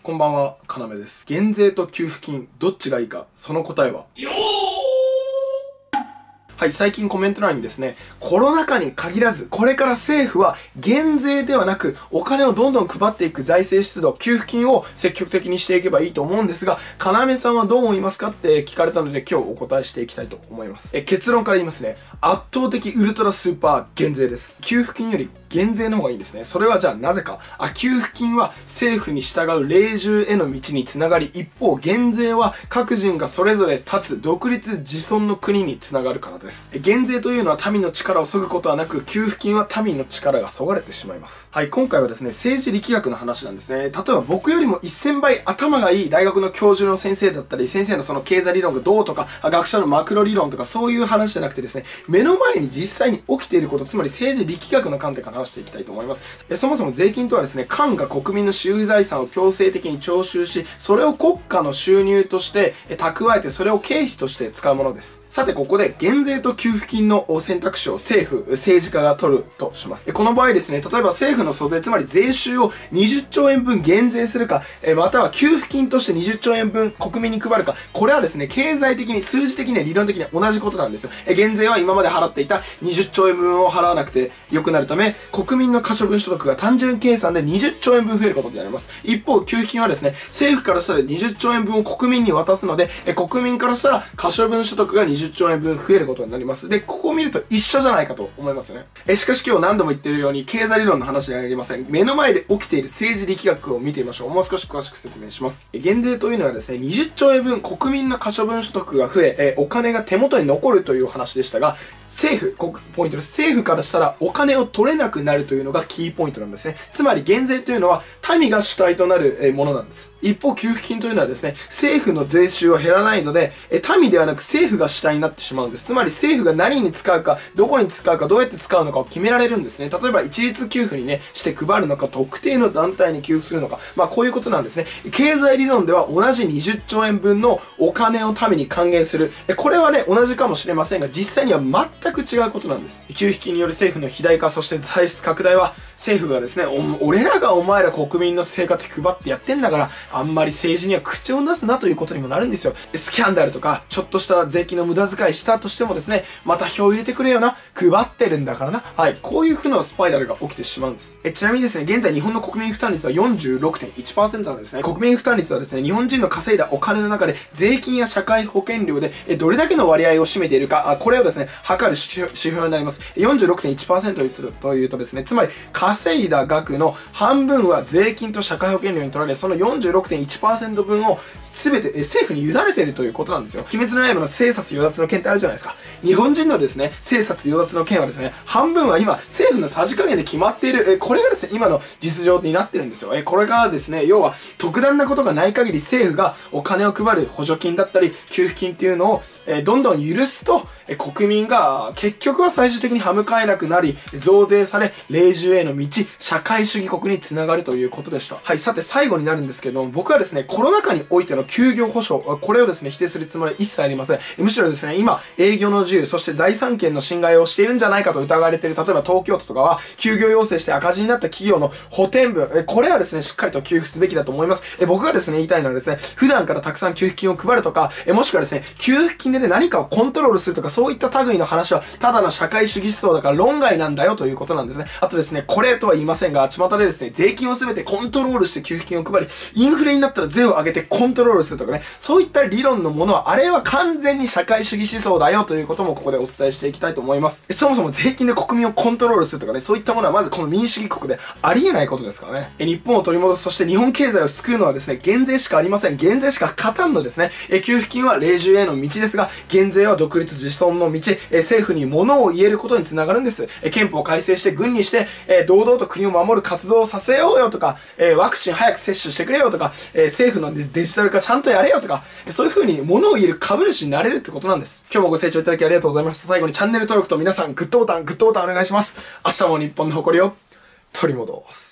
こんばんは、かなめです。減税と給付金、どっちがいいか、その答えははい、最近コメント欄にですね、コロナ禍に限らず、これから政府は減税ではなく、お金をどんどん配っていく財政出動、給付金を積極的にしていけばいいと思うんですが、かなめさんはどう思いますかって聞かれたので、今日お答えしていきたいと思います。結論から言いますね、圧倒的ウルトラスーパー減税です。給付金より減税の方がいいんですね。それはじゃあなぜか。給付金は政府に従う隷従への道につながり、一方減税は各人がそれぞれ立つ独立自尊の国につながるからです。減税というのは民の力を削ぐことはなく、給付金は民の力が削がれてしまいます。はい、今回はですね、政治力学の話なんですね。例えば僕よりも1000倍頭がいい大学の教授の先生だったり、先生のその経済理論がどうとか、学者のマクロ理論とかそういう話じゃなくてですね、目の前に実際に起きていること、つまり政治力学の観点から話していきたいと思います。そもそも税金とはですね、官が国民の私有財産を強制的に徴収し、それを国家の収入として蓄えて、それを経費として使うものです。さてここで減税と給付金の選択肢を政治家が取るとします。この場合ですね、例えば政府の租税、つまり税収を20兆円分減税するか、または給付金として20兆円分国民に配るか、これはですね、経済的に、数字的に、理論的に同じことなんですよ。減税は今まで払っていた20兆円分を払わなくて良くなるため、国民の可処分所得が単純計算で20兆円分増えることになります。一方、給付金はですね、政府からしたら20兆円分を国民に渡すので、国民からしたら可処分所得が20兆円分増えることになります。で、ここを見ると一緒じゃないかと思いますよね。しかし今日何度も言っているように、経済理論の話ではありません。目の前で起きている政治力学を見てみましょう。もう少し詳しく説明します。減税というのはですね、20兆円分国民の可処分所得が増え、お金が手元に残るという話でしたが、ポイントです。政府からしたらお金を取れなくなるというのがキーポイントなんですね。つまり減税というのは民が主体となるものなんです。一方、給付金というのはですね、政府の税収は減らないので、民ではなく政府が主体になってしまうんです。つまり政府が何に使うか、どこに使うか、どうやって使うのかを決められるんですね。例えば一律給付にね、して配るのか、特定の団体に給付するのか、こういうことなんですね。経済理論では同じ20兆円分のお金を民に還元する。これはね、同じかもしれませんが、実際には全く違うことなんです。給付金による政府の肥大化、そして歳出拡大は、政府がですね、俺らがお前ら国民の生活費配ってやってんだから、あんまり政治には口を出すなということにもなるんですよ。スキャンダルとか、ちょっとした税金の無駄遣いしたとしてもですね、また票入れてくれよな、配ってるんだからな。はい。こういう負のスパイラルが起きてしまうんです。ちなみにですね、現在日本の国民負担率は 46.1% なんですね。国民負担率はですね、日本人の稼いだお金の中で、税金や社会保険料で、どれだけの割合を占めているか、これをですね、測る指標になります。46.1% というとですね、つまり、稼いだ額の半分は税金と社会保険料に取られ、その 46.1% 分を全て政府に委ねているということなんですよ。鬼滅の刃の生殺与奪の件ってあるじゃないですか。日本人のですね、生殺与奪の件はですね、半分は今、政府のさじ加減で決まっている、これがですね、今の実情になってるんですよ。これからですね、要は、特段なことがない限り政府がお金を配る補助金だったり、給付金っていうのを、どんどん許すと、国民が結局は最終的に歯向かえなくなり、増税され、隷従への道、社会主義国につながるということでした。はい、さて最後になるんですけども、僕はですね、コロナ禍においての休業保障、これをですね、否定するつもりは一切ありません。むしろですね、今、営業の自由、そして財産権の侵害をしているんじゃないかと疑われている、例えば東京都とかは、休業要請して赤字になった企業の補填分、これはですね、しっかりと給付すべきだと思います。僕がですね、言いたいのはですね、普段からたくさん給付金を配るとか、もしくはですね、給付金でね、何かをコントロールするとか、そういった類の話は、ただの社会主義思想だから論外なんだよということなんですね。あとですね、これとは言いませんが、巷でですね、税金をすべてコントロールして給付金を配り、インフレになったら税を上げてコントロールするとかね、そういった理論のものは、あれは完全に社会主義思想だよということもここでお伝えしていきたいと思います。そもそも税金で国民をコントロールするとかね、そういったものはまずこの民主主義国でありえないことですからね。日本を取り戻す、そして日本経済を救うのはですね、減税しかありません。減税しか勝たんのですね。給付金は隷従への道ですが、減税は独立自尊の道、政府に物を言えることにつながるんです。憲法を改正して軍にして、堂々と国を守る活動をさせようよとか、ワクチン早く接種してくれよとか、政府のデジタル化ちゃんとやれよとか、そういう風に物を言える株主になれるってことなんです。今日もご清聴いただきありがとうございました。最後にチャンネル登録と皆さんグッドボタンお願いします。明日も日本の誇りを取り戻す。